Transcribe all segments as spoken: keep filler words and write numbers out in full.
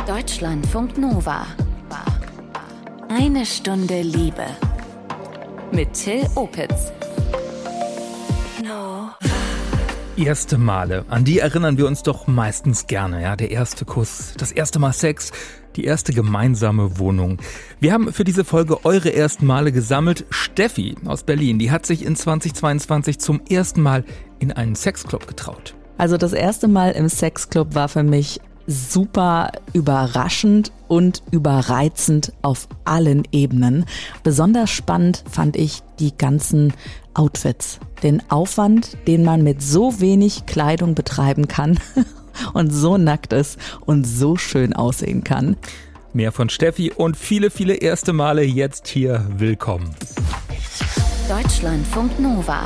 Deutschlandfunk Nova. Eine Stunde Liebe. Mit Till Opitz. No. Erste Male, an die erinnern wir uns doch meistens gerne. Ja, der erste Kuss, das erste Mal Sex, die erste gemeinsame Wohnung. Wir haben für diese Folge eure ersten Male gesammelt. Steffi aus Berlin, die hat sich in zweitausendzweiundzwanzig zum ersten Mal in einen Sexclub getraut. Also das erste Mal im Sexclub war für mich super überraschend und überreizend auf allen Ebenen. Besonders spannend fand ich die ganzen Outfits. Den Aufwand, den man mit so wenig Kleidung betreiben kann und so nackt ist und so schön aussehen kann. Mehr von Steffi und viele, viele erste Male jetzt hier. Willkommen. Deutschlandfunk Nova.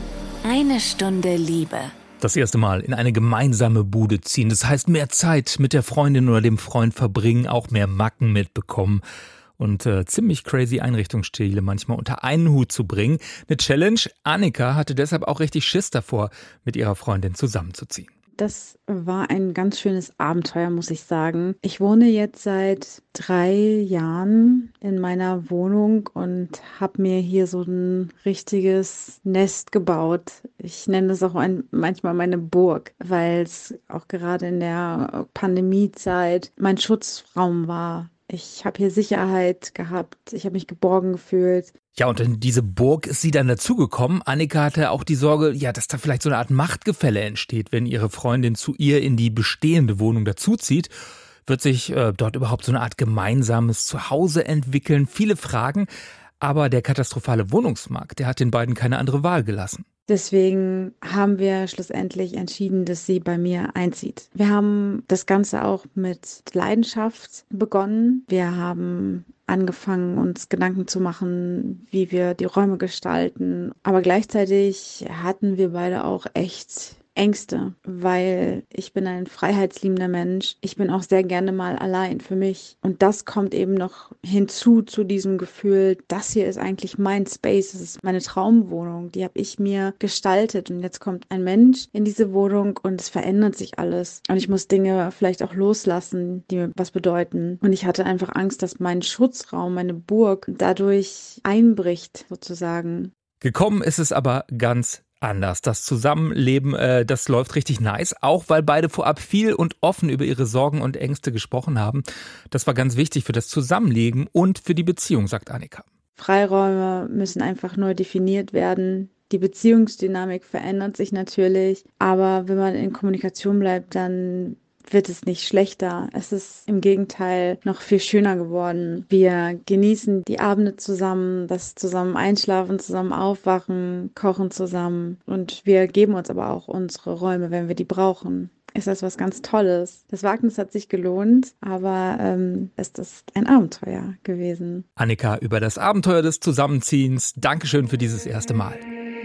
Eine Stunde Liebe. Das erste Mal in eine gemeinsame Bude ziehen. Das heißt, mehr Zeit mit der Freundin oder dem Freund verbringen, auch mehr Macken mitbekommen und äh, ziemlich crazy Einrichtungsstile manchmal unter einen Hut zu bringen. Eine Challenge. Annika hatte deshalb auch richtig Schiss davor, mit ihrer Freundin zusammenzuziehen. Das war ein ganz schönes Abenteuer, muss ich sagen. Ich wohne jetzt seit drei Jahren in meiner Wohnung und habe mir hier so ein richtiges Nest gebaut. Ich nenne das auch ein, manchmal meine Burg, weil es auch gerade in der Pandemiezeit mein Schutzraum war. Ich habe hier Sicherheit gehabt, ich habe mich geborgen gefühlt. Ja, und in diese Burg ist sie dann dazugekommen. Annika hatte auch die Sorge, ja, dass da vielleicht so eine Art Machtgefälle entsteht, wenn ihre Freundin zu ihr in die bestehende Wohnung dazuzieht. Wird sich äh, dort überhaupt so eine Art gemeinsames Zuhause entwickeln? Viele Fragen, aber der katastrophale Wohnungsmarkt, der hat den beiden keine andere Wahl gelassen. Deswegen haben wir schlussendlich entschieden, dass sie bei mir einzieht. Wir haben das Ganze auch mit Leidenschaft begonnen. Wir haben angefangen, uns Gedanken zu machen, wie wir die Räume gestalten. Aber gleichzeitig hatten wir beide auch echt Ängste, weil ich bin ein freiheitsliebender Mensch. Ich bin auch sehr gerne mal allein für mich. Und das kommt eben noch hinzu zu diesem Gefühl, das hier ist eigentlich mein Space, das ist meine Traumwohnung, die habe ich mir gestaltet. Und jetzt kommt ein Mensch in diese Wohnung und es verändert sich alles. Und ich muss Dinge vielleicht auch loslassen, die mir was bedeuten. Und ich hatte einfach Angst, dass mein Schutzraum, meine Burg dadurch einbricht, sozusagen. Gekommen ist es aber ganz anders. Das Zusammenleben, äh, das läuft richtig nice, auch weil beide vorab viel und offen über ihre Sorgen und Ängste gesprochen haben. Das war ganz wichtig für das Zusammenleben und für die Beziehung, sagt Annika. Freiräume müssen einfach neu definiert werden. Die Beziehungsdynamik verändert sich natürlich, aber wenn man in Kommunikation bleibt, dann wird es nicht schlechter. Es ist im Gegenteil noch viel schöner geworden. Wir genießen die Abende zusammen, das zusammen einschlafen, zusammen aufwachen, kochen zusammen. Und wir geben uns aber auch unsere Räume, wenn wir die brauchen. Ist das was ganz Tolles. Das Wagnis hat sich gelohnt, aber ähm, es ist ein Abenteuer gewesen. Annika über das Abenteuer des Zusammenziehens. Dankeschön für dieses erste Mal.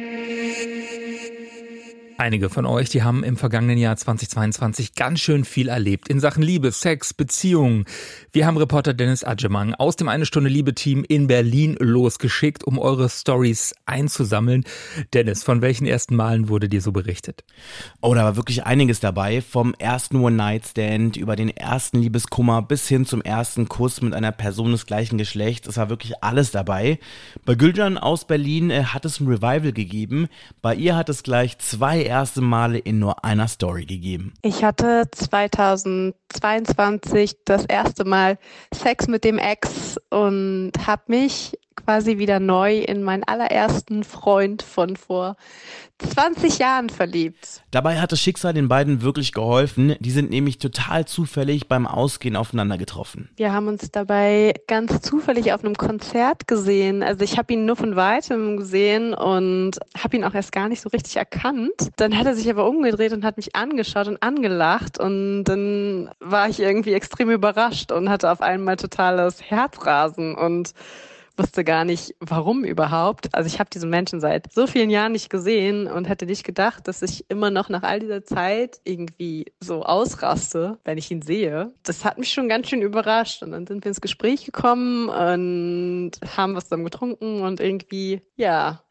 Einige von euch, die haben im vergangenen Jahr zweitausendzweiundzwanzig ganz schön viel erlebt in Sachen Liebe, Sex, Beziehungen. Wir haben Reporter Dennis Adjemang aus dem Eine-Stunde-Liebe-Team in Berlin losgeschickt, um eure Stories einzusammeln. Dennis, von welchen ersten Malen wurde dir so berichtet? Oh, da war wirklich einiges dabei. Vom ersten One-Night-Stand über den ersten Liebeskummer bis hin zum ersten Kuss mit einer Person des gleichen Geschlechts. Es war wirklich alles dabei. Bei Gülcan aus Berlin äh, hat es ein Revival gegeben. Bei ihr hat es gleich zwei erste Male in nur einer Story gegeben. Ich hatte zweitausendzweiundzwanzig das erste Mal Sex mit dem Ex und habe mich quasi wieder neu in meinen allerersten Freund von vor zwanzig Jahren verliebt. Dabei hat das Schicksal den beiden wirklich geholfen. Die sind nämlich total zufällig beim Ausgehen aufeinander getroffen. Wir haben uns dabei ganz zufällig auf einem Konzert gesehen. Also ich habe ihn nur von Weitem gesehen und habe ihn auch erst gar nicht so richtig erkannt. Dann hat er sich aber umgedreht und hat mich angeschaut und angelacht und dann war ich irgendwie extrem überrascht und hatte auf einmal totales Herzrasen und wusste gar nicht, warum überhaupt. Also ich habe diesen Menschen seit so vielen Jahren nicht gesehen und hätte nicht gedacht, dass ich immer noch nach all dieser Zeit irgendwie so ausraste, wenn ich ihn sehe. Das hat mich schon ganz schön überrascht. Und dann sind wir ins Gespräch gekommen und haben was zusammen getrunken und irgendwie, ja,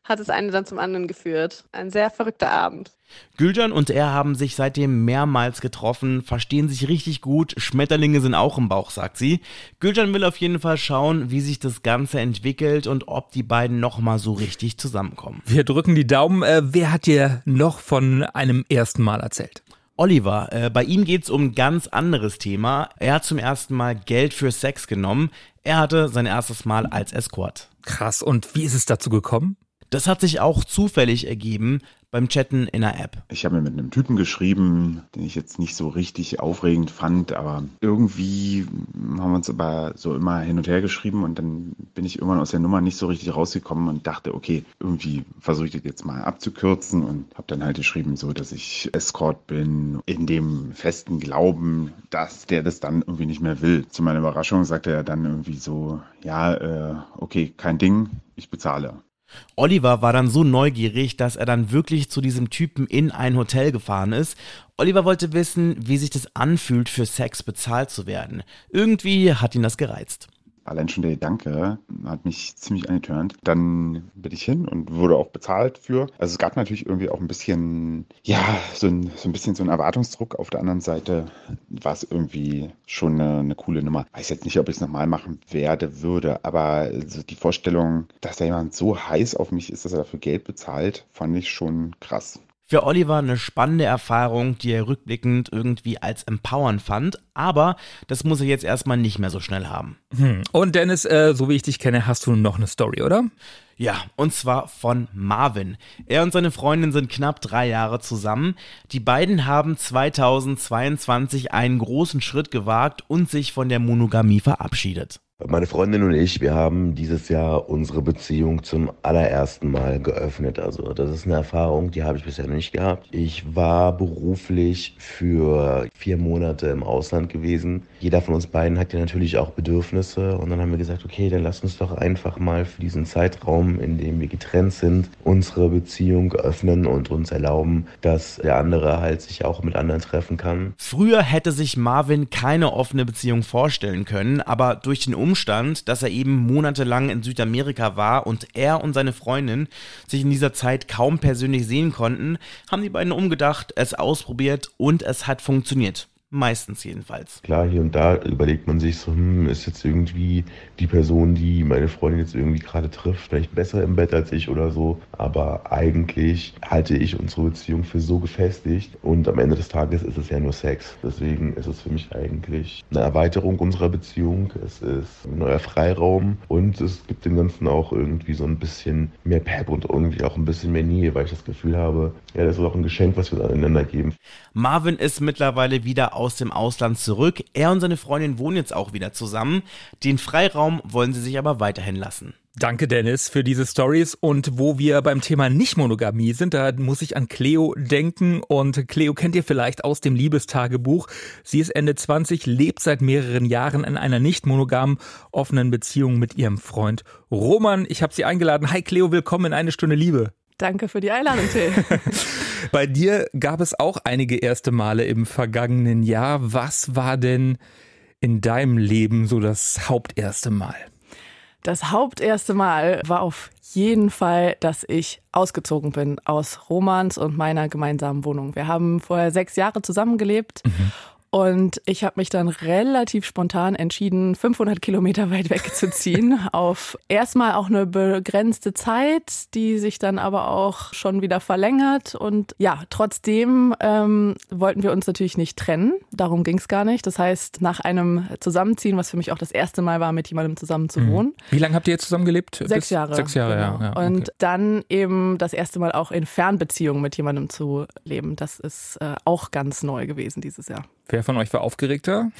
hat das eine dann zum anderen geführt. Ein sehr verrückter Abend. Gülcan und er haben sich seitdem mehrmals getroffen, verstehen sich richtig gut, Schmetterlinge sind auch im Bauch, sagt sie. Gülcan will auf jeden Fall schauen, wie sich das Ganze entwickelt und ob die beiden nochmal so richtig zusammenkommen. Wir drücken die Daumen. Äh, wer hat dir noch von einem ersten Mal erzählt? Oliver, äh, bei ihm geht's um ein ganz anderes Thema. Er hat zum ersten Mal Geld für Sex genommen. Er hatte sein erstes Mal als Escort. Krass, und wie ist es dazu gekommen? Das hat sich auch zufällig ergeben beim Chatten in der App. Ich habe mir mit einem Typen geschrieben, den ich jetzt nicht so richtig aufregend fand, aber irgendwie haben wir uns aber so immer hin und her geschrieben und dann bin ich irgendwann aus der Nummer nicht so richtig rausgekommen und dachte, okay, irgendwie versuche ich das jetzt mal abzukürzen und habe dann halt geschrieben, so, dass ich Escort bin, in dem festen Glauben, dass der das dann irgendwie nicht mehr will. Zu meiner Überraschung sagte er dann irgendwie so, ja, äh, okay, kein Ding, ich bezahle. Oliver war dann so neugierig, dass er dann wirklich zu diesem Typen in ein Hotel gefahren ist. Oliver wollte wissen, wie sich das anfühlt, für Sex bezahlt zu werden. Irgendwie hat ihn das gereizt. Allein schon der Gedanke hat mich ziemlich angeturnt. Dann bin ich hin und wurde auch bezahlt für. Also es gab natürlich irgendwie auch ein bisschen, ja, so ein, so ein bisschen so einen Erwartungsdruck. Auf der anderen Seite war es irgendwie schon eine, eine coole Nummer. Ich weiß jetzt nicht, ob ich es nochmal machen werde, würde, aber so die Vorstellung, dass da jemand so heiß auf mich ist, dass er dafür Geld bezahlt, fand ich schon krass. Für Oliver eine spannende Erfahrung, die er rückblickend irgendwie als empowernd fand, aber das muss er jetzt erstmal nicht mehr so schnell haben. Hm. Und Dennis, äh, so wie ich dich kenne, hast du noch eine Story, oder? Ja, und zwar von Marvin. Er und seine Freundin sind knapp drei Jahre zusammen. Die beiden haben zweitausendzweiundzwanzig einen großen Schritt gewagt und sich von der Monogamie verabschiedet. Meine Freundin und ich, wir haben dieses Jahr unsere Beziehung zum allerersten Mal geöffnet. Also das ist eine Erfahrung, die habe ich bisher noch nicht gehabt. Ich war beruflich für vier Monate im Ausland gewesen. Jeder von uns beiden hat ja natürlich auch Bedürfnisse. Und dann haben wir gesagt, okay, dann lass uns doch einfach mal für diesen Zeitraum, in dem wir getrennt sind, unsere Beziehung öffnen und uns erlauben, dass der andere halt sich auch mit anderen treffen kann. Früher hätte sich Marvin keine offene Beziehung vorstellen können, aber durch den Umstand, Umstand, dass er eben monatelang in Südamerika war und er und seine Freundin sich in dieser Zeit kaum persönlich sehen konnten, haben die beiden umgedacht, es ausprobiert und es hat funktioniert. Meistens jedenfalls. Klar, hier und da überlegt man sich so, hm, ist jetzt irgendwie die Person, die meine Freundin jetzt irgendwie gerade trifft, vielleicht besser im Bett als ich oder so. Aber eigentlich halte ich unsere Beziehung für so gefestigt und am Ende des Tages ist es ja nur Sex. Deswegen ist es für mich eigentlich eine Erweiterung unserer Beziehung. Es ist ein neuer Freiraum und es gibt dem Ganzen auch irgendwie so ein bisschen mehr Pep und irgendwie auch ein bisschen mehr Nähe, weil ich das Gefühl habe, ja, das ist auch ein Geschenk, was wir aneinander geben. Marvin ist mittlerweile wieder aus dem Ausland zurück. Er und seine Freundin wohnen jetzt auch wieder zusammen. Den Freiraum wollen sie sich aber weiterhin lassen. Danke, Dennis, für diese Stories. Und wo wir beim Thema Nicht-Monogamie sind, da muss ich an Cleo denken. Und Cleo kennt ihr vielleicht aus dem Liebestagebuch. Sie ist Ende zwanzig, lebt seit mehreren Jahren in einer nicht monogamen, offenen Beziehung mit ihrem Freund Roman. Ich habe sie eingeladen. Hi Cleo, willkommen in Eine Stunde Liebe. Danke für die Einladung, Till. Bei dir gab es auch einige erste Male im vergangenen Jahr. Was war denn in deinem Leben so das Haupterste Mal? Das Haupterste Mal war auf jeden Fall, dass ich ausgezogen bin aus Romans und meiner gemeinsamen Wohnung. Wir haben vorher sechs Jahre zusammengelebt. Mhm. Und ich habe mich dann relativ spontan entschieden, fünfhundert Kilometer weit wegzuziehen, auf erstmal auch eine begrenzte Zeit, die sich dann aber auch schon wieder verlängert. Und ja, trotzdem ähm, wollten wir uns natürlich nicht trennen, darum ging es gar nicht. Das heißt, nach einem Zusammenziehen, was für mich auch das erste Mal war, mit jemandem zusammen zu wohnen. Wie lange habt ihr jetzt zusammen gelebt? Sechs Jahre. Sechs Jahre, genau. ja. ja okay. Und dann eben das erste Mal auch in Fernbeziehungen mit jemandem zu leben. Das ist äh, auch ganz neu gewesen dieses Jahr. Wer von euch war aufgeregter?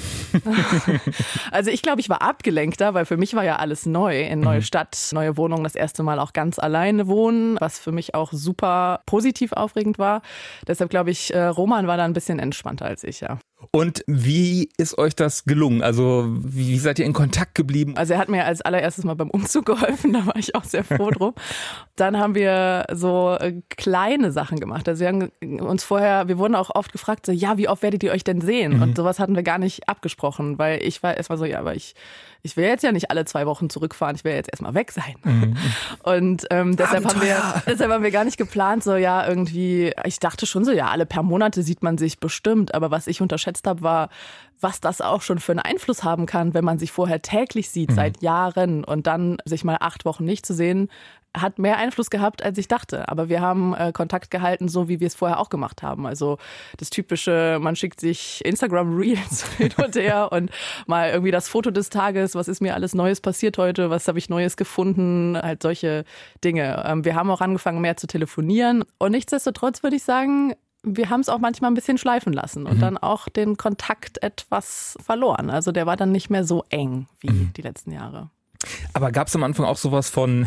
Also ich glaube, ich war abgelenkter, weil für mich war ja alles neu. In neue mhm. Stadt, neue Wohnung, das erste Mal auch ganz alleine wohnen, was für mich auch super positiv aufregend war. Deshalb glaube ich, Roman war da ein bisschen entspannter als ich, ja. Und wie ist euch das gelungen? Also wie seid ihr in Kontakt geblieben? Also er hat mir als allererstes mal beim Umzug geholfen, da war ich auch sehr froh drum. Dann haben wir so kleine Sachen gemacht. Also wir haben uns vorher, wir wurden auch oft gefragt, so ja, wie oft werdet ihr euch denn sehen? Mhm. Und sowas hatten wir gar nicht abgesprochen, weil ich war erstmal so, ja, aber ich Ich will jetzt ja nicht alle zwei Wochen zurückfahren, ich will jetzt erstmal weg sein. Mhm. Und ähm, deshalb, haben wir, deshalb haben wir gar nicht geplant, so ja irgendwie, ich dachte schon so, ja, alle paar Monate sieht man sich bestimmt. Aber was ich unterschätzt habe, war, was das auch schon für einen Einfluss haben kann, wenn man sich vorher täglich sieht, mhm. seit Jahren und dann sich mal acht Wochen nicht zu sehen, hat mehr Einfluss gehabt, als ich dachte. Aber wir haben äh, Kontakt gehalten, so wie wir es vorher auch gemacht haben. Also das typische, man schickt sich Instagram-Reels hin und her und mal irgendwie das Foto des Tages, was ist mir alles Neues passiert heute, was habe ich Neues gefunden, halt solche Dinge. Ähm, wir haben auch angefangen, mehr zu telefonieren. Und nichtsdestotrotz würde ich sagen, wir haben es auch manchmal ein bisschen schleifen lassen und mhm. dann auch den Kontakt etwas verloren. Also der war dann nicht mehr so eng wie mhm. die letzten Jahre. Aber gab es am Anfang auch sowas von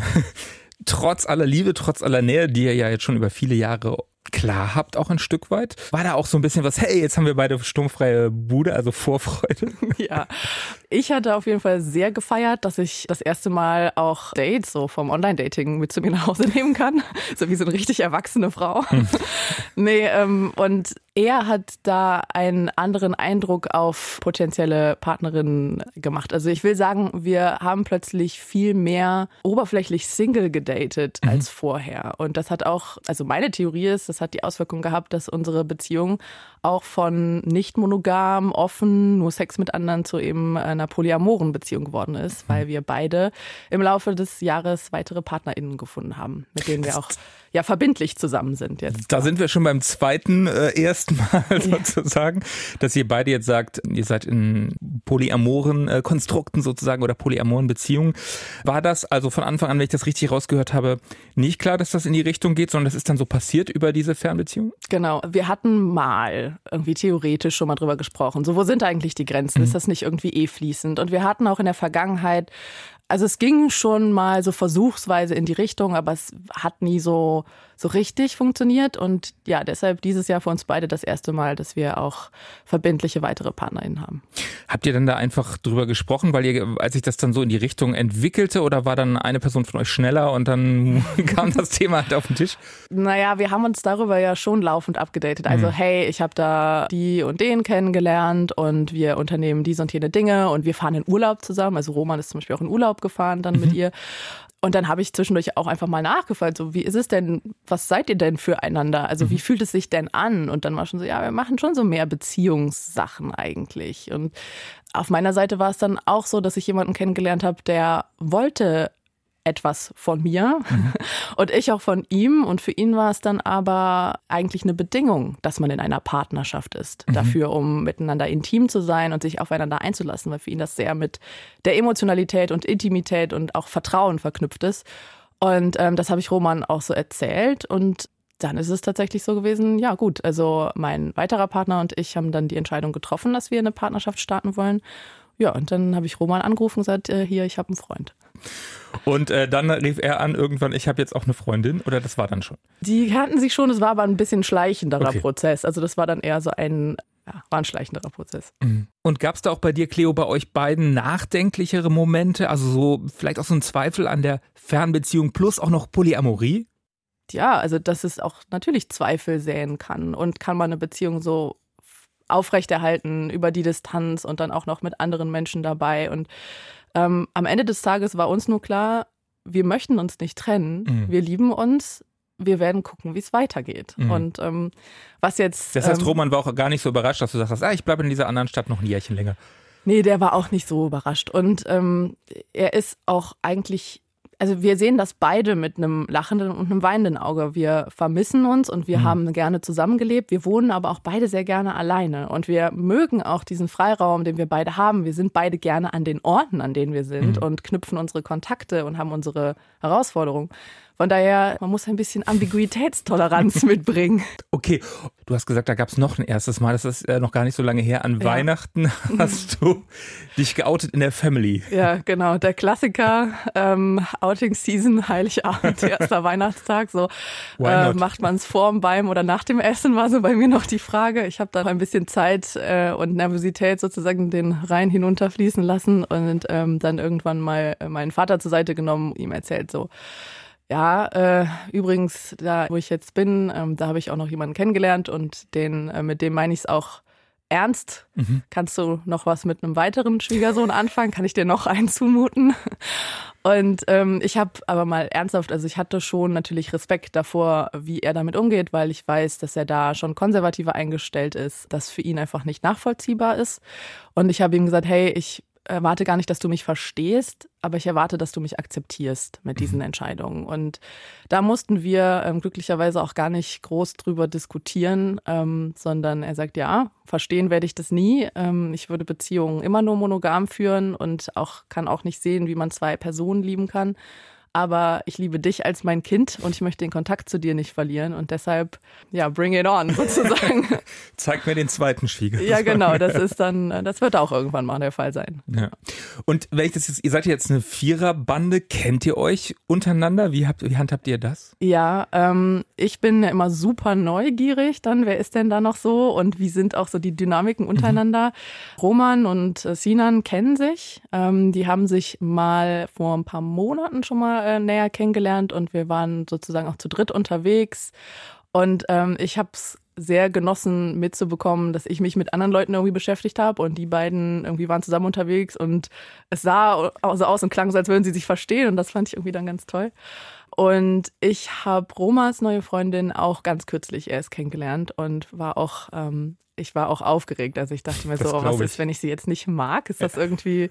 trotz aller Liebe, trotz aller Nähe, die ihr ja jetzt schon über viele Jahre klar habt, auch ein Stück weit? War da auch so ein bisschen was, hey, jetzt haben wir beide sturmfreie Bude, also Vorfreude? Ja, ich hatte auf jeden Fall sehr gefeiert, dass ich das erste Mal auch Dates so vom Online-Dating mit zu mir nach Hause nehmen kann. So wie so eine richtig erwachsene Frau. Hm. Nee, ähm, und er hat da einen anderen Eindruck auf potenzielle Partnerinnen gemacht. Also ich will sagen, wir haben plötzlich viel mehr oberflächlich Single gedatet mhm. als vorher. Und das hat auch, also meine Theorie ist, das hat die Auswirkung gehabt, dass unsere Beziehung auch von nicht monogam, offen, nur Sex mit anderen zu eben einer polyamoren Beziehung geworden ist, mhm. weil wir beide im Laufe des Jahres weitere PartnerInnen gefunden haben, mit denen wir auch ja verbindlich zusammen sind jetzt. Da sind wir schon beim zweiten äh, ersten Mal sozusagen, ja. dass ihr beide jetzt sagt, ihr seid in polyamoren äh, Konstrukten sozusagen oder polyamoren Beziehungen. War das also von Anfang an, wenn ich das richtig rausgehört habe, nicht klar, dass das in die Richtung geht, sondern das ist dann so passiert über diese Fernbeziehung? Genau. Wir hatten mal irgendwie theoretisch schon mal drüber gesprochen. So, wo sind eigentlich die Grenzen? Mhm. Ist das nicht irgendwie eh fließend? Und wir hatten auch in der Vergangenheit, also es ging schon mal so versuchsweise in die Richtung, aber es hat nie so, so richtig funktioniert. Und ja, deshalb dieses Jahr für uns beide das erste Mal, dass wir auch verbindliche weitere PartnerInnen haben. Habt ihr dann da einfach drüber gesprochen, weil ihr, als sich das dann so in die Richtung entwickelte, oder war dann eine Person von euch schneller und dann kam das Thema halt auf den Tisch? Naja, wir haben uns darüber ja schon laufend abgedatet. Also mhm. hey, ich habe da die und den kennengelernt und wir unternehmen diese und jene Dinge und wir fahren in Urlaub zusammen. Also Roman ist zum Beispiel auch in Urlaub gefahren dann mhm. mit ihr. Und dann habe ich zwischendurch auch einfach mal nachgefragt, so wie ist es denn, was seid ihr denn füreinander? Also wie fühlt es sich denn an? Und dann war schon so, ja, wir machen schon so mehr Beziehungssachen eigentlich. Und auf meiner Seite war es dann auch so, dass ich jemanden kennengelernt habe, der wollte etwas von mir mhm. und ich auch von ihm. Und für ihn war es dann aber eigentlich eine Bedingung, dass man in einer Partnerschaft ist. Mhm. Dafür, um miteinander intim zu sein und sich aufeinander einzulassen, weil für ihn das sehr mit der Emotionalität und Intimität und auch Vertrauen verknüpft ist. Und ähm, das habe ich Roman auch so erzählt. Und dann ist es tatsächlich so gewesen, ja gut, also mein weiterer Partner und ich haben dann die Entscheidung getroffen, dass wir eine Partnerschaft starten wollen. Ja, und dann habe ich Roman angerufen und gesagt, äh, hier, ich habe einen Freund. Und äh, dann rief er an irgendwann, ich habe jetzt auch eine Freundin, oder das war dann schon? Die kannten sich schon, es war aber ein bisschen schleichenderer okay. Prozess. Also das war dann eher so ein, ja, war ein schleichenderer Prozess. Mhm. Und gab es da auch bei dir, Cleo, bei euch beiden nachdenklichere Momente? Also so vielleicht auch so ein Zweifel an der Fernbeziehung plus auch noch Polyamorie? Ja, also dass es auch natürlich Zweifel säen kann. Und kann man eine Beziehung so aufrechterhalten über die Distanz und dann auch noch mit anderen Menschen dabei. Und ähm, am Ende des Tages war uns nur klar, wir möchten uns nicht trennen, mhm. wir lieben uns, wir werden gucken, wie es weitergeht. Mhm. Und ähm, was jetzt... Das heißt, ähm, Roman war auch gar nicht so überrascht, dass du sagst, ah, ich bleibe in dieser anderen Stadt noch ein Jährchen länger. Nee, der war auch nicht so überrascht. Und ähm, er ist auch eigentlich... Also wir sehen das beide mit einem lachenden und einem weinenden Auge. Wir vermissen uns und wir mhm. haben gerne zusammengelebt. Wir wohnen aber auch beide sehr gerne alleine. Und wir mögen auch diesen Freiraum, den wir beide haben. Wir sind beide gerne an den Orten, an denen wir sind mhm. und knüpfen unsere Kontakte und haben unsere Herausforderungen. Von daher, man muss ein bisschen Ambiguitätstoleranz mitbringen. Okay, du hast gesagt, da gab es noch ein erstes Mal, das ist äh, noch gar nicht so lange her. An Ja. Weihnachten hast du dich geoutet in der Family. Ja, genau. Der Klassiker, ähm, Outing-Season, Heiligabend, erster Weihnachtstag. So Why äh, not? macht man es vorm, beim oder nach dem Essen, war so bei mir noch die Frage. Ich habe da ein bisschen Zeit äh, und Nervosität sozusagen den Rhein hinunterfließen lassen und ähm, dann irgendwann mal meinen Vater zur Seite genommen, ihm erzählt so, ja, äh, übrigens, da wo ich jetzt bin, ähm, da habe ich auch noch jemanden kennengelernt und den, äh, mit dem meine ich es auch ernst. Mhm. Kannst du noch was mit einem weiteren Schwiegersohn anfangen? Kann ich dir noch einen zumuten? Und ähm, ich habe aber mal ernsthaft, also ich hatte schon natürlich Respekt davor, wie er damit umgeht, weil ich weiß, dass er da schon konservativer eingestellt ist, das für ihn einfach nicht nachvollziehbar ist. Und ich habe ihm gesagt, hey, ich erwarte gar nicht, dass du mich verstehst, aber ich erwarte, dass du mich akzeptierst mit diesen Entscheidungen. Und da mussten wir ähm, glücklicherweise auch gar nicht groß drüber diskutieren, ähm, sondern er sagt, ja, verstehen werde ich das nie. Ähm, ich würde Beziehungen immer nur monogam führen und auch kann auch nicht sehen, wie man zwei Personen lieben kann. Aber ich liebe dich als mein Kind und ich möchte den Kontakt zu dir nicht verlieren. Und deshalb, ja, bring it on sozusagen. Zeig mir den zweiten Schwiegersohn. Ja, genau, das ist dann, das wird auch irgendwann mal der Fall sein. Ja. Und wenn ich das jetzt, ihr seid ja jetzt eine Viererbande, kennt ihr euch untereinander? Wie habt, wie handhabt ihr das? Ja, ähm, ich bin ja immer super neugierig dann, wer ist denn da noch so und wie sind auch so die Dynamiken untereinander. Mhm. Roman und äh, Sinan kennen sich, ähm, die haben sich mal vor ein paar Monaten schon mal äh, näher kennengelernt und wir waren sozusagen auch zu dritt unterwegs und ähm, ich habe es sehr genossen mitzubekommen, dass ich mich mit anderen Leuten irgendwie beschäftigt habe und die beiden irgendwie waren zusammen unterwegs und es sah so aus und klang so, als würden sie sich verstehen und das fand ich irgendwie dann ganz toll. Und ich habe Romas neue Freundin auch ganz kürzlich erst kennengelernt und war auch, ähm, ich war auch aufgeregt. Also ich dachte mir Das so, oh, was glaub ist, ich. wenn ich sie jetzt nicht mag? Ist das irgendwie,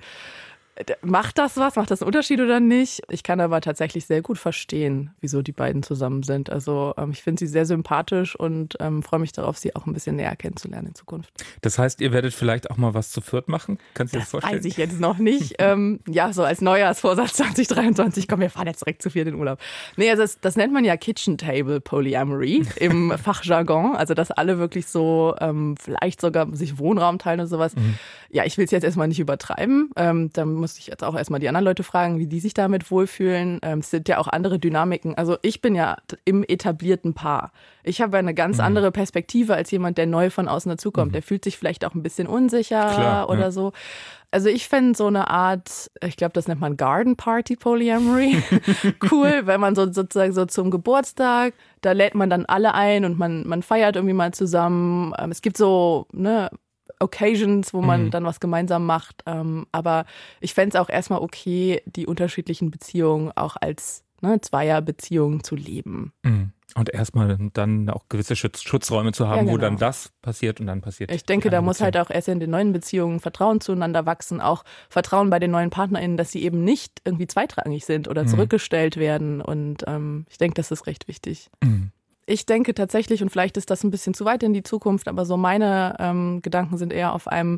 macht das was? Macht das einen Unterschied oder nicht? Ich kann aber tatsächlich sehr gut verstehen, wieso die beiden zusammen sind. Also ähm, ich finde sie sehr sympathisch und ähm, freue mich darauf, sie auch ein bisschen näher kennenzulernen in Zukunft. Das heißt, ihr werdet vielleicht auch mal was zu viert machen? Kannst du dir das Das vorstellen? weiß ich jetzt noch nicht. ähm, ja, so als Neujahrsvorsatz zwanzig dreiundzwanzig, komm, wir fahren jetzt direkt zu viert in den Urlaub. Nee, also das, das nennt man ja Kitchen Table Polyamory im Fachjargon. Also dass alle wirklich so ähm, vielleicht sogar sich Wohnraum teilen und sowas. Mhm. Ja, ich will es jetzt erstmal nicht übertreiben. Ähm, da muss ich jetzt auch erstmal die anderen Leute fragen, wie die sich damit wohlfühlen. Ähm, es sind ja auch andere Dynamiken. Also ich bin ja im etablierten Paar. Ich habe eine ganz mhm. andere Perspektive als jemand, der neu von außen dazukommt. Mhm. Der fühlt sich vielleicht auch ein bisschen unsicher Klar, oder ja. so. Also ich fände so eine Art, ich glaube, das nennt man Garden Party Polyamory, cool, wenn man so sozusagen so zum Geburtstag, da lädt man dann alle ein und man, man feiert irgendwie mal zusammen. Es gibt so, ne, Occasions, wo man mhm. dann was gemeinsam macht. Aber ich fände es auch erstmal okay, die unterschiedlichen Beziehungen auch als ne, Zweierbeziehungen zu leben. Mhm. Und erstmal dann auch gewisse Schutz, Schutzräume zu haben, ja, genau. wo dann das passiert und dann passiert. Ich denke, da muss halt auch erst in den neuen Beziehungen Vertrauen zueinander wachsen, auch Vertrauen bei den neuen PartnerInnen, dass sie eben nicht irgendwie zweitrangig sind oder mhm. zurückgestellt werden. Und ähm, ich denke, das ist recht wichtig. Mhm. Ich denke tatsächlich, und vielleicht ist das ein bisschen zu weit in die Zukunft, aber so meine ähm, Gedanken sind eher auf einem,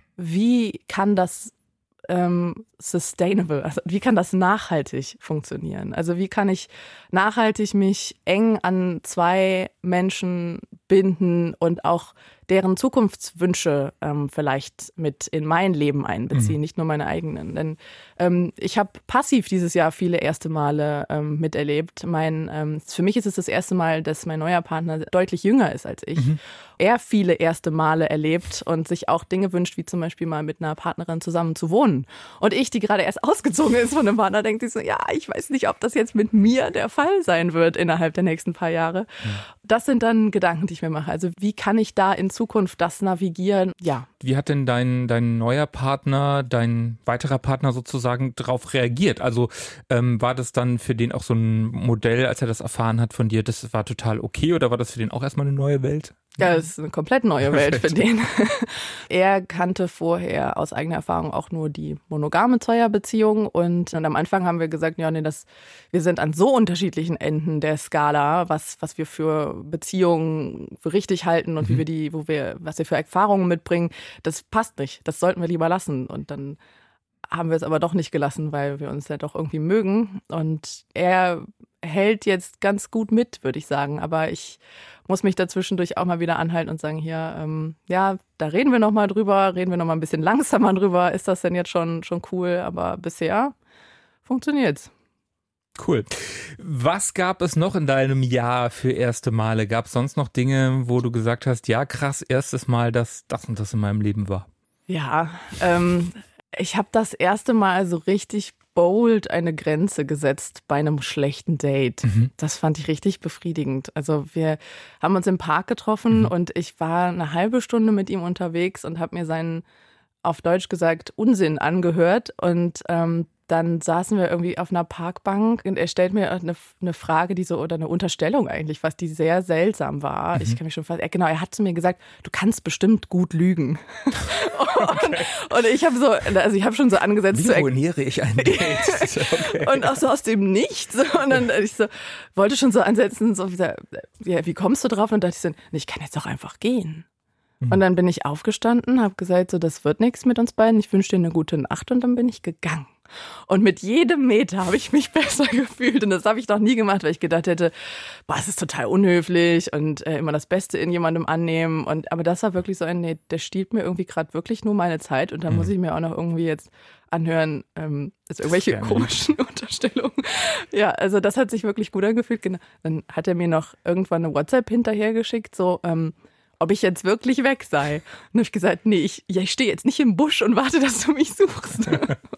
wie kann das ähm, sustainable, also wie kann das nachhaltig funktionieren? Also wie kann ich nachhaltig mich eng an zwei Menschen binden und auch deren Zukunftswünsche ähm, vielleicht mit in mein Leben einbeziehen, mhm. nicht nur meine eigenen. Denn ähm, ich habe passiv dieses Jahr viele erste Male ähm, miterlebt. Mein, ähm, für mich ist es das erste Mal, dass mein neuer Partner deutlich jünger ist als ich. Mhm. Er viele erste Male erlebt und sich auch Dinge wünscht, wie zum Beispiel mal mit einer Partnerin zusammen zu wohnen. Und ich, die gerade erst ausgezogen ist von einem Partner, denkt sich so, ja, ich weiß nicht, ob das jetzt mit mir der Fall sein wird innerhalb der nächsten paar Jahre. Mhm. Das sind dann Gedanken, die ich mir mache. Also wie kann ich da in Zukunft das navigieren? Ja. Wie hat denn dein, dein neuer Partner, dein weiterer Partner sozusagen darauf reagiert? Also ähm, war das dann für den auch so ein Modell, als er das erfahren hat von dir, das war total okay oder war das für den auch erstmal eine neue Welt? Ja, das ist eine komplett neue Welt für den. Er kannte vorher aus eigener Erfahrung auch nur die monogame Zweierbeziehung und, und am Anfang haben wir gesagt, ja, nee, das, wir sind an so unterschiedlichen Enden der Skala, was, was wir für Beziehungen für richtig halten und mhm. wie wir die, wo wir, was wir für Erfahrungen mitbringen, das passt nicht. Das sollten wir lieber lassen. Und dann haben wir es aber doch nicht gelassen, weil wir uns ja doch irgendwie mögen. Und er hält jetzt ganz gut mit, würde ich sagen. Aber ich muss mich dazwischendurch auch mal wieder anhalten und sagen, hier, ähm, ja, da reden wir noch mal drüber, reden wir noch mal ein bisschen langsamer drüber. Ist das denn jetzt schon, schon cool? Aber bisher funktioniert's. Cool. Was gab es noch in deinem Jahr für erste Male? Gab es sonst noch Dinge, wo du gesagt hast, ja krass, erstes Mal, dass das und das in meinem Leben war? Ja, ähm, ich habe das erste Mal so richtig bold eine Grenze gesetzt bei einem schlechten Date. Mhm. Das fand ich richtig befriedigend. Also wir haben uns im Park getroffen mhm. und ich war eine halbe Stunde mit ihm unterwegs und habe mir seinen, auf Deutsch gesagt, Unsinn angehört und ähm, dann saßen wir irgendwie auf einer Parkbank und er stellt mir eine, eine Frage, die so, oder eine Unterstellung eigentlich, was die sehr seltsam war. Mhm. Ich kann mich schon fast, genau, er hat zu mir gesagt, du kannst bestimmt gut lügen. Okay. und, und ich habe so, also ich habe schon so angesetzt. Wie ruiniere ich ein Date? Okay. Und auch so aus dem Nichts. Und dann ich so, wollte schon so ansetzen, so, ja, wie kommst du drauf? Und dachte ich so, ich kann jetzt doch einfach gehen. Mhm. Und dann bin ich aufgestanden, habe gesagt, so, das wird nichts mit uns beiden, ich wünsche dir eine gute Nacht und dann bin ich gegangen. Und mit jedem Meter habe ich mich besser gefühlt und das habe ich noch nie gemacht, weil ich gedacht hätte, boah, es ist total unhöflich und äh, immer das Beste in jemandem annehmen. Und aber das war wirklich so ein, nee, der stiehlt mir irgendwie gerade wirklich nur meine Zeit und da mhm. muss ich mir auch noch irgendwie jetzt anhören, ähm, ist irgendwelche Gerne. komischen Unterstellungen. Ja, also das hat sich wirklich gut angefühlt. Genau. Dann hat er mir noch irgendwann eine WhatsApp hinterhergeschickt, so, ähm, ob ich jetzt wirklich weg sei. Und dann habe ich gesagt, nee, ich, ja, ich stehe jetzt nicht im Busch und warte, dass du mich suchst.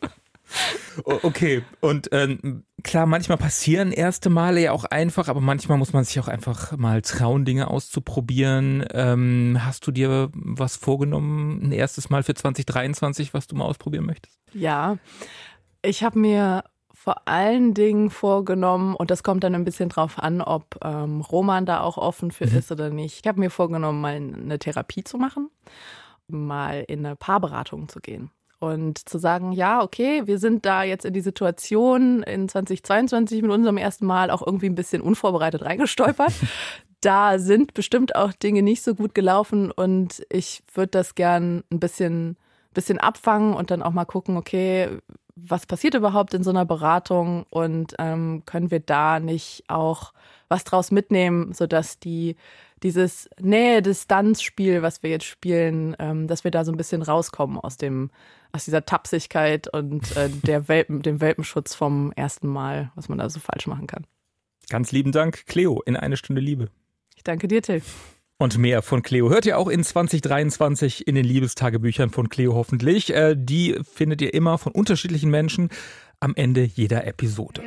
Okay, und ähm, klar, manchmal passieren erste Male ja auch einfach, aber manchmal muss man sich auch einfach mal trauen, Dinge auszuprobieren. Ähm, hast du dir was vorgenommen, ein erstes Mal für zwanzig dreiundzwanzig, was du mal ausprobieren möchtest? Ja, ich habe mir vor allen Dingen vorgenommen, und das kommt dann ein bisschen drauf an, ob ähm, Roman da auch offen für mhm. ist oder nicht. Ich habe mir vorgenommen, mal eine Therapie zu machen, mal in eine Paarberatung zu gehen. Und zu sagen, ja, okay, wir sind da jetzt in die Situation in zwanzig zweiundzwanzig mit unserem ersten Mal auch irgendwie ein bisschen unvorbereitet reingestolpert. Da sind bestimmt auch Dinge nicht so gut gelaufen und ich würde das gern ein bisschen, bisschen abfangen und dann auch mal gucken, okay, was passiert überhaupt in so einer Beratung und ähm, können wir da nicht auch was draus mitnehmen, sodass die dieses Nähe-Distanz-Spiel, was wir jetzt spielen, ähm, dass wir da so ein bisschen rauskommen aus dem, aus dieser Tapsigkeit und äh, der Welpen, dem Welpenschutz vom ersten Mal, was man da so falsch machen kann. Ganz lieben Dank, Cleo, in Eine Stunde Liebe. Ich danke dir, Till. Und mehr von Cleo hört ihr auch in zwanzig dreiundzwanzig in den Liebestagebüchern von Cleo hoffentlich. Äh, die findet ihr immer von unterschiedlichen Menschen am Ende jeder Episode.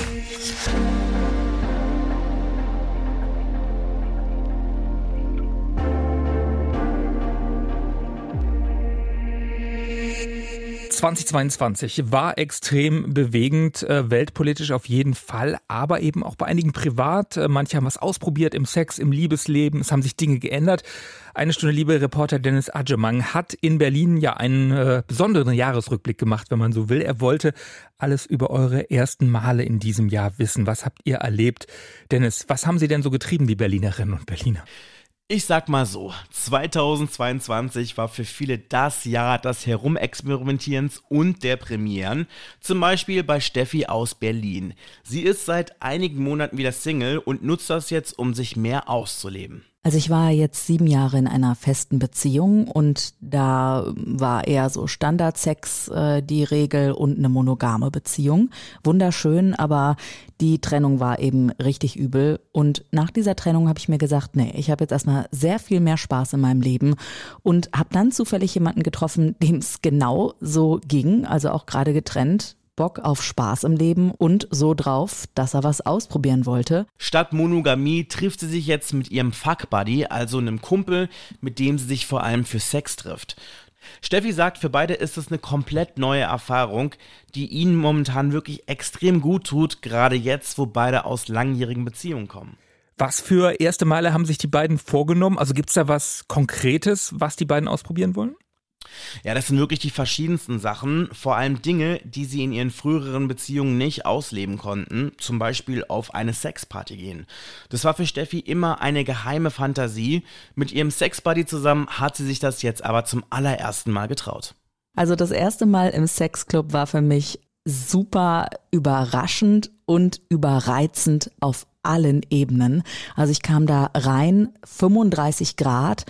zwanzig zweiundzwanzig war extrem bewegend, äh, weltpolitisch auf jeden Fall, aber eben auch bei einigen privat. Äh, manche haben was ausprobiert im Sex, im Liebesleben, es haben sich Dinge geändert. Eine Stunde Liebe Reporter Dennis Adjemang hat in Berlin ja einen äh, besonderen Jahresrückblick gemacht, wenn man so will. Er wollte alles über eure ersten Male in diesem Jahr wissen. Was habt ihr erlebt? Dennis, was haben Sie denn so getrieben, die Berlinerinnen und Berliner? Ich sag mal so, zweitausendzweiundzwanzig war für viele das Jahr des Herumexperimentierens und der Premieren. Zum Beispiel bei Steffi aus Berlin. Sie ist seit einigen Monaten wieder Single und nutzt das jetzt, um sich mehr auszuleben. Also ich war jetzt sieben Jahre in einer festen Beziehung und da war eher so Standardsex äh, die Regel und eine monogame Beziehung. Wunderschön, aber die Trennung war eben richtig übel und nach dieser Trennung habe ich mir gesagt, nee, ich habe jetzt erstmal sehr viel mehr Spaß in meinem Leben und habe dann zufällig jemanden getroffen, dem es genau so ging, also auch gerade getrennt. Bock auf Spaß im Leben und so drauf, dass er was ausprobieren wollte. Statt Monogamie trifft sie sich jetzt mit ihrem Fuck-Buddy, also einem Kumpel, mit dem sie sich vor allem für Sex trifft. Steffi sagt, für beide ist es eine komplett neue Erfahrung, die ihnen momentan wirklich extrem gut tut, gerade jetzt, wo beide aus langjährigen Beziehungen kommen. Was für erste Male haben sich die beiden vorgenommen? Also gibt es da was Konkretes, was die beiden ausprobieren wollen? Ja, das sind wirklich die verschiedensten Sachen, vor allem Dinge, die sie in ihren früheren Beziehungen nicht ausleben konnten, zum Beispiel auf eine Sexparty gehen. Das war für Steffi immer eine geheime Fantasie. Mit ihrem Sexbuddy zusammen hat sie sich das jetzt aber zum allerersten Mal getraut. Also das erste Mal im Sexclub war für mich super überraschend und überreizend auf allen Ebenen. Also ich kam da rein, fünfunddreißig Grad,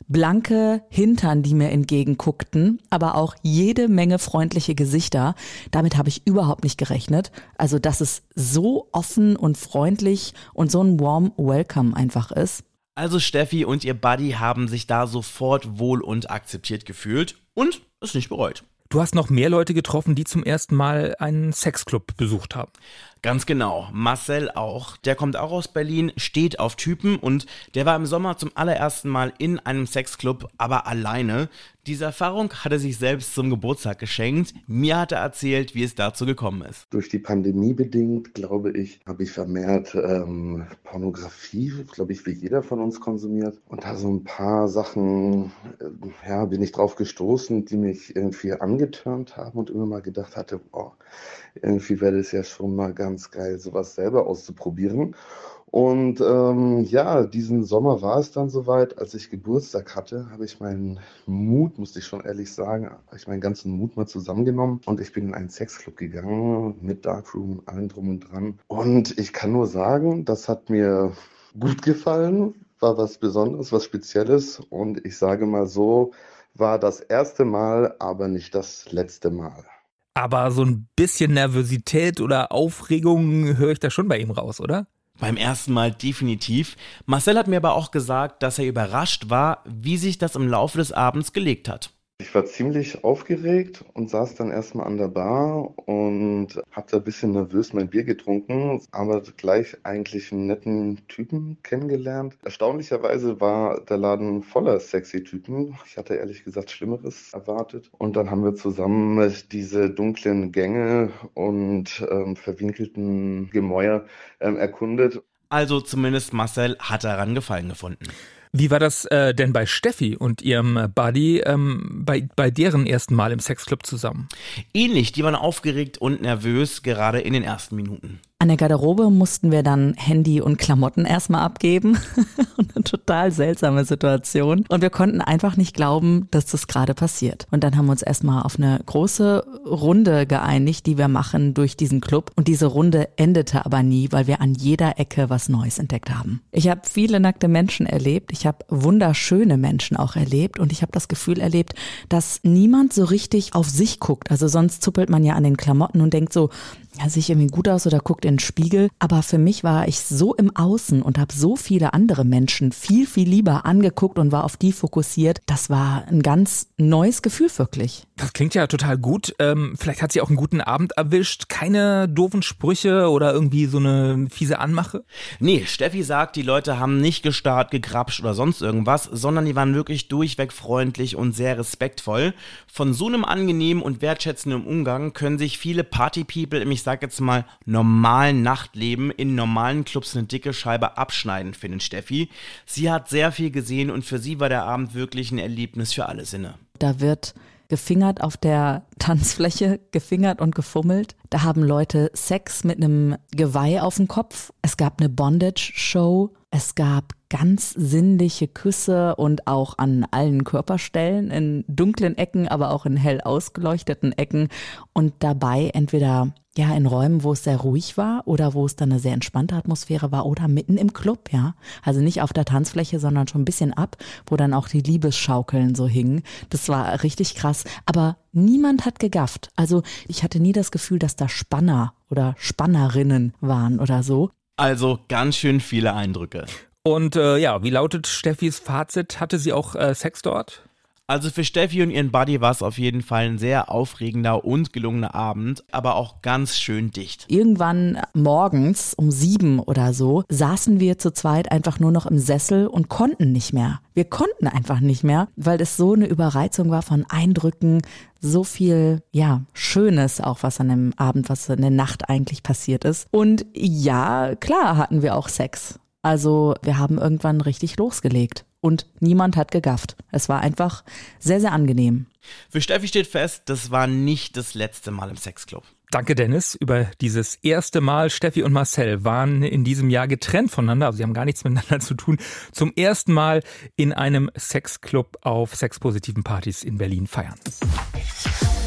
blanke Hintern, die mir entgegenguckten, aber auch jede Menge freundliche Gesichter. Damit habe ich überhaupt nicht gerechnet. Also dass es so offen und freundlich und so ein warm Welcome einfach ist. Also Steffi und ihr Buddy haben sich da sofort wohl und akzeptiert gefühlt und es nicht bereut. Du hast noch mehr Leute getroffen, die zum ersten Mal einen Sexclub besucht haben. Ganz genau, Marcel auch. Der kommt auch aus Berlin, steht auf Typen und der war im Sommer zum allerersten Mal in einem Sexclub, aber alleine. Diese Erfahrung hat er sich selbst zum Geburtstag geschenkt. Mir hat er erzählt, wie es dazu gekommen ist. Durch die Pandemie bedingt, glaube ich, habe ich vermehrt ähm, Pornografie, glaube ich, wie jeder von uns konsumiert. Und da so ein paar Sachen, äh, ja, bin ich drauf gestoßen, die mich irgendwie angetörnt haben und immer mal gedacht hatte, boah, irgendwie wäre das ja schon mal ganz geil, sowas selber auszuprobieren. Und ähm, ja, diesen Sommer war es dann soweit, als ich Geburtstag hatte, habe ich meinen Mut, musste ich schon ehrlich sagen, habe ich meinen ganzen Mut mal zusammengenommen und ich bin in einen Sexclub gegangen mit Darkroom, allem drum und dran. Und ich kann nur sagen, das hat mir gut gefallen, war was Besonderes, was Spezielles und ich sage mal so, war das erste Mal, aber nicht das letzte Mal. Aber so ein bisschen Nervosität oder Aufregung höre ich da schon bei ihm raus, oder? Beim ersten Mal definitiv. Marcel hat mir aber auch gesagt, dass er überrascht war, wie sich das im Laufe des Abends gelegt hat. Ich war ziemlich aufgeregt und saß dann erstmal an der Bar und habe da ein bisschen nervös mein Bier getrunken, aber gleich eigentlich einen netten Typen kennengelernt. Erstaunlicherweise war der Laden voller sexy Typen. Ich hatte ehrlich gesagt Schlimmeres erwartet. Und dann haben wir zusammen diese dunklen Gänge und ähm, verwinkelten Gemäuer ähm, erkundet. Also zumindest Marcel hat daran Gefallen gefunden. Wie war das äh, denn bei Steffi und ihrem Buddy ähm, bei, bei deren ersten Mal im Sexclub zusammen? Ähnlich, die waren aufgeregt und nervös, gerade in den ersten Minuten. An der Garderobe mussten wir dann Handy und Klamotten erstmal abgeben. Eine total seltsame Situation. Und wir konnten einfach nicht glauben, dass das gerade passiert. Und dann haben wir uns erstmal auf eine große Runde geeinigt, die wir machen durch diesen Club. Und diese Runde endete aber nie, weil wir an jeder Ecke was Neues entdeckt haben. Ich habe viele nackte Menschen erlebt. Ich habe wunderschöne Menschen auch erlebt. Und ich habe das Gefühl erlebt, dass niemand so richtig auf sich guckt. Also sonst zuppelt man ja an den Klamotten und denkt so, ja, sehe ich irgendwie gut aus oder guckt in den Spiegel. Aber für mich war ich so im Außen und habe so viele andere Menschen viel, viel lieber angeguckt und war auf die fokussiert. Das war ein ganz neues Gefühl wirklich. Das klingt ja total gut. Ähm, vielleicht hat sie auch einen guten Abend erwischt. Keine doofen Sprüche oder irgendwie so eine fiese Anmache? Nee, Steffi sagt, die Leute haben nicht gestarrt, gegrapscht oder sonst irgendwas, sondern die waren wirklich durchweg freundlich und sehr respektvoll. Von so einem angenehmen und wertschätzenden Umgang können sich viele Party-People im, ich sag jetzt mal, normalen Nachtleben in normalen Clubs eine dicke Scheibe abschneiden, findet Steffi. Sie hat sehr viel gesehen und für sie war der Abend wirklich ein Erlebnis für alle Sinne. Da wird gefingert auf der Tanzfläche, gefingert und gefummelt. Da haben Leute Sex mit einem Geweih auf dem Kopf. Es gab eine Bondage-Show. Es gab ganz sinnliche Küsse und auch an allen Körperstellen, in dunklen Ecken, aber auch in hell ausgeleuchteten Ecken. Und dabei entweder ja in Räumen, wo es sehr ruhig war oder wo es dann eine sehr entspannte Atmosphäre war oder mitten im Club, ja. Also nicht auf der Tanzfläche, sondern schon ein bisschen ab, wo dann auch die Liebesschaukeln so hingen. Das war richtig krass. Aber niemand hat gegafft. Also ich hatte nie das Gefühl, dass da Spanner oder Spannerinnen waren oder so. Also ganz schön viele Eindrücke. Und äh, ja, wie lautet Steffis Fazit? Hatte sie auch äh, Sex dort? Also für Steffi und ihren Buddy war es auf jeden Fall ein sehr aufregender und gelungener Abend, aber auch ganz schön dicht. Irgendwann morgens um sieben oder so saßen wir zu zweit einfach nur noch im Sessel und konnten nicht mehr. Wir konnten einfach nicht mehr, weil es so eine Überreizung war von Eindrücken, so viel, ja, Schönes auch, was an dem Abend, was in der Nacht eigentlich passiert ist. Und ja, klar hatten wir auch Sex. Also wir haben irgendwann richtig losgelegt. Und niemand hat gegafft. Es war einfach sehr, sehr angenehm. Für Steffi steht fest, das war nicht das letzte Mal im Sexclub. Danke, Dennis, über dieses erste Mal. Steffi und Marcel waren in diesem Jahr getrennt voneinander, also sie haben gar nichts miteinander zu tun. Zum ersten Mal in einem Sexclub auf sexpositiven Partys in Berlin feiern.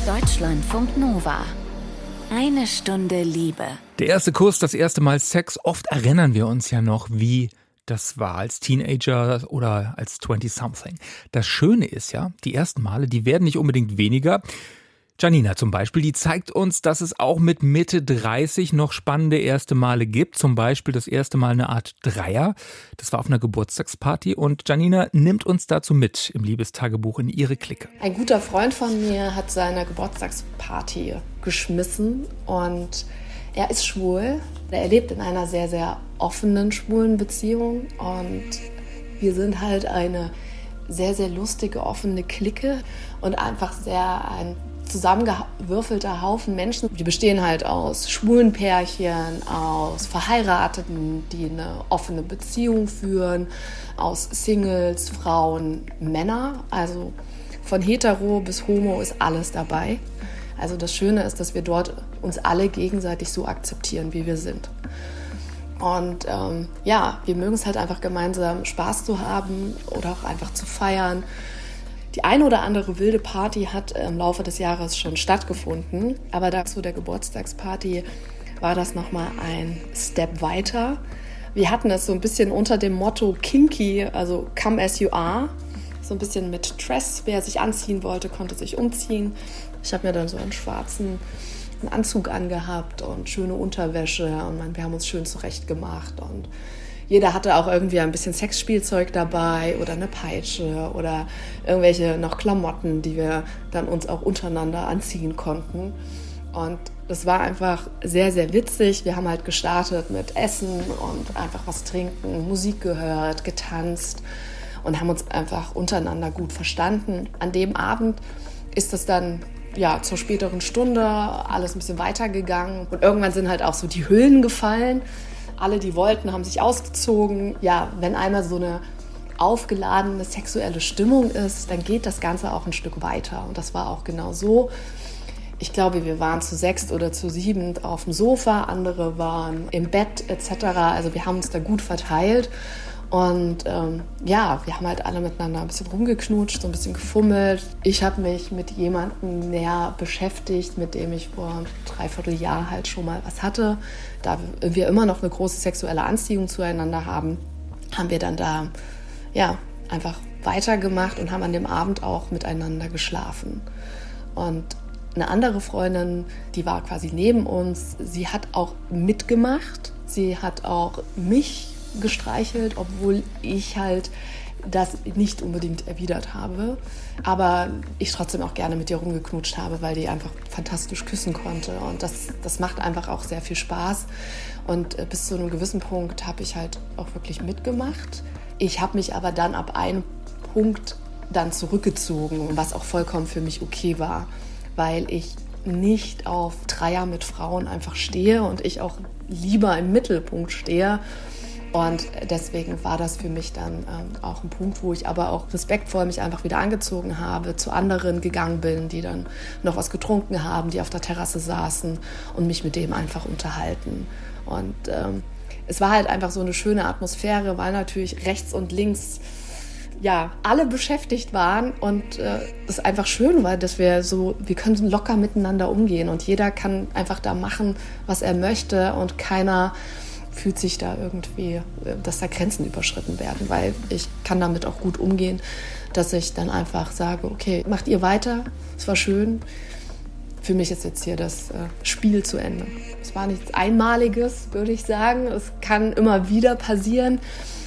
Deutschlandfunk Nova. Eine Stunde Liebe. Der erste Kuss, das erste Mal Sex. Oft erinnern wir uns ja noch, wie das war als Teenager oder als zwanzig-something. Das Schöne ist ja, die ersten Male, die werden nicht unbedingt weniger. Janina zum Beispiel, die zeigt uns, dass es auch mit Mitte dreißig noch spannende erste Male gibt. Zum Beispiel das erste Mal eine Art Dreier. Das war auf einer Geburtstagsparty und Janina nimmt uns dazu mit im Liebestagebuch in ihre Clique. Ein guter Freund von mir hat seine Geburtstagsparty geschmissen und er ist schwul. Er lebt in einer sehr, sehr offenen, schwulen Beziehung und wir sind halt eine sehr, sehr lustige, offene Clique und einfach sehr ein zusammengewürfelter Haufen Menschen. Die bestehen halt aus schwulen Pärchen, aus Verheirateten, die eine offene Beziehung führen, aus Singles, Frauen, Männer. Also von hetero bis homo ist alles dabei. Also das Schöne ist, dass wir dort uns alle gegenseitig so akzeptieren, wie wir sind. Und ähm, ja, wir mögen es halt einfach gemeinsam Spaß zu haben oder auch einfach zu feiern. Die eine oder andere wilde Party hat im Laufe des Jahres schon stattgefunden, aber da zu der Geburtstagsparty war das nochmal ein Step weiter. Wir hatten es so ein bisschen unter dem Motto Kinky, also come as you are, so ein bisschen mit Dress. Wer sich anziehen wollte, konnte sich umziehen. Ich habe mir dann so einen schwarzen einen Anzug angehabt und schöne Unterwäsche und wir haben uns schön zurechtgemacht und jeder hatte auch irgendwie ein bisschen Sexspielzeug dabei oder eine Peitsche oder irgendwelche noch Klamotten, die wir dann uns auch untereinander anziehen konnten. Und das war einfach sehr, sehr witzig. Wir haben halt gestartet mit Essen und einfach was trinken, Musik gehört, getanzt und haben uns einfach untereinander gut verstanden. An dem Abend ist das dann ja zur späteren Stunde alles ein bisschen weitergegangen und irgendwann sind halt auch so die Hüllen gefallen. Alle, die wollten, haben sich ausgezogen. Ja, wenn einmal so eine aufgeladene sexuelle Stimmung ist, dann geht das Ganze auch ein Stück weiter. Und das war auch genau so. Ich glaube, wir waren zu sechst oder zu siebend auf dem Sofa, andere waren im Bett et cetera. Also wir haben uns da gut verteilt. Und ähm, ja, wir haben halt alle miteinander ein bisschen rumgeknutscht, so ein bisschen gefummelt. Ich habe mich mit jemandem näher beschäftigt, mit dem ich vor einem Dreivierteljahr halt schon mal was hatte. Da wir immer noch eine große sexuelle Anziehung zueinander haben, haben wir dann da ja, einfach weitergemacht und haben an dem Abend auch miteinander geschlafen. Und eine andere Freundin, die war quasi neben uns, sie hat auch mitgemacht. Sie hat auch mich gestreichelt, obwohl ich halt das nicht unbedingt erwidert habe. Aber ich trotzdem auch gerne mit ihr rumgeknutscht habe, weil die einfach fantastisch küssen konnte. Und das, das macht einfach auch sehr viel Spaß. Und bis zu einem gewissen Punkt habe ich halt auch wirklich mitgemacht. Ich habe mich aber dann ab einem Punkt dann zurückgezogen, was auch vollkommen für mich okay war, weil ich nicht auf Dreier mit Frauen einfach stehe und ich auch lieber im Mittelpunkt stehe. Und deswegen war das für mich dann ähm, auch ein Punkt, wo ich aber auch respektvoll mich einfach wieder angezogen habe, zu anderen gegangen bin, die dann noch was getrunken haben, die auf der Terrasse saßen und mich mit dem einfach unterhalten. Und ähm, es war halt einfach so eine schöne Atmosphäre, weil natürlich rechts und links ja alle beschäftigt waren und äh, es einfach schön war, dass wir so, wir können locker miteinander umgehen und jeder kann einfach da machen, was er möchte und keiner fühlt sich da irgendwie, dass da Grenzen überschritten werden, weil ich kann damit auch gut umgehen, dass ich dann einfach sage, okay, macht ihr weiter, es war schön. Für mich ist jetzt hier das Spiel zu Ende. Es war nichts Einmaliges, würde ich sagen. Es kann immer wieder passieren.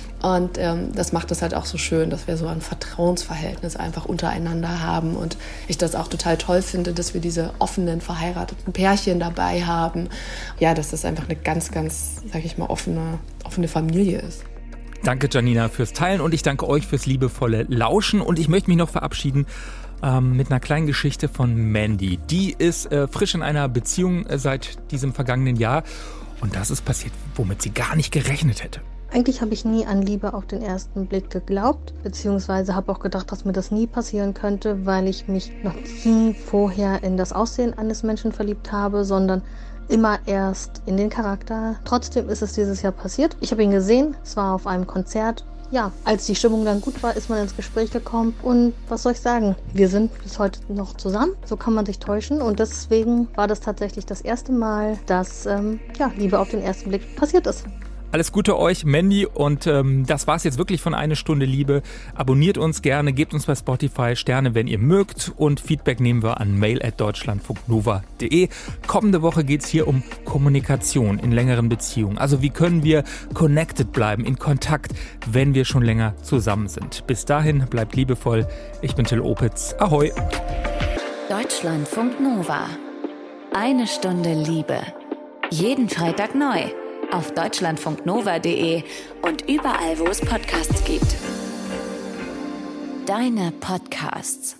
Und ähm, das macht es halt auch so schön, dass wir so ein Vertrauensverhältnis einfach untereinander haben. Und ich das auch total toll finde, dass wir diese offenen, verheirateten Pärchen dabei haben. Ja, dass das einfach eine ganz, ganz, sag ich mal, offene, offene Familie ist. Danke, Janina, fürs Teilen und ich danke euch fürs liebevolle Lauschen. Und ich möchte mich noch verabschieden ähm, mit einer kleinen Geschichte von Mandy. Die ist äh, frisch in einer Beziehung äh, seit diesem vergangenen Jahr. Und das ist passiert, womit sie gar nicht gerechnet hätte. Eigentlich habe ich nie an Liebe auf den ersten Blick geglaubt, beziehungsweise habe auch gedacht, dass mir das nie passieren könnte, weil ich mich noch nie vorher in das Aussehen eines Menschen verliebt habe, sondern immer erst in den Charakter. Trotzdem ist es dieses Jahr passiert. Ich habe ihn gesehen, es war auf einem Konzert ja, als die Stimmung dann gut war, ist man ins Gespräch gekommen. Und was soll ich sagen? Wir sind bis heute noch zusammen. So kann man sich täuschen. Und deswegen war das tatsächlich das erste Mal, dass ähm, ja, Liebe auf den ersten Blick passiert ist. Alles Gute euch, Mandy, und ähm, das war's jetzt wirklich von Eine Stunde Liebe. Abonniert uns gerne, gebt uns bei Spotify Sterne, wenn ihr mögt, und Feedback nehmen wir an mail at deutschlandfunknova punkt de. Kommende Woche geht's hier um Kommunikation in längeren Beziehungen. Also wie können wir connected bleiben, in Kontakt, wenn wir schon länger zusammen sind. Bis dahin, bleibt liebevoll. Ich bin Till Opitz. Ahoi. Deutschlandfunk Nova. Eine Stunde Liebe. Jeden Freitag neu. Auf deutschlandfunknova punkt de und überall, wo es Podcasts gibt. Deine Podcasts.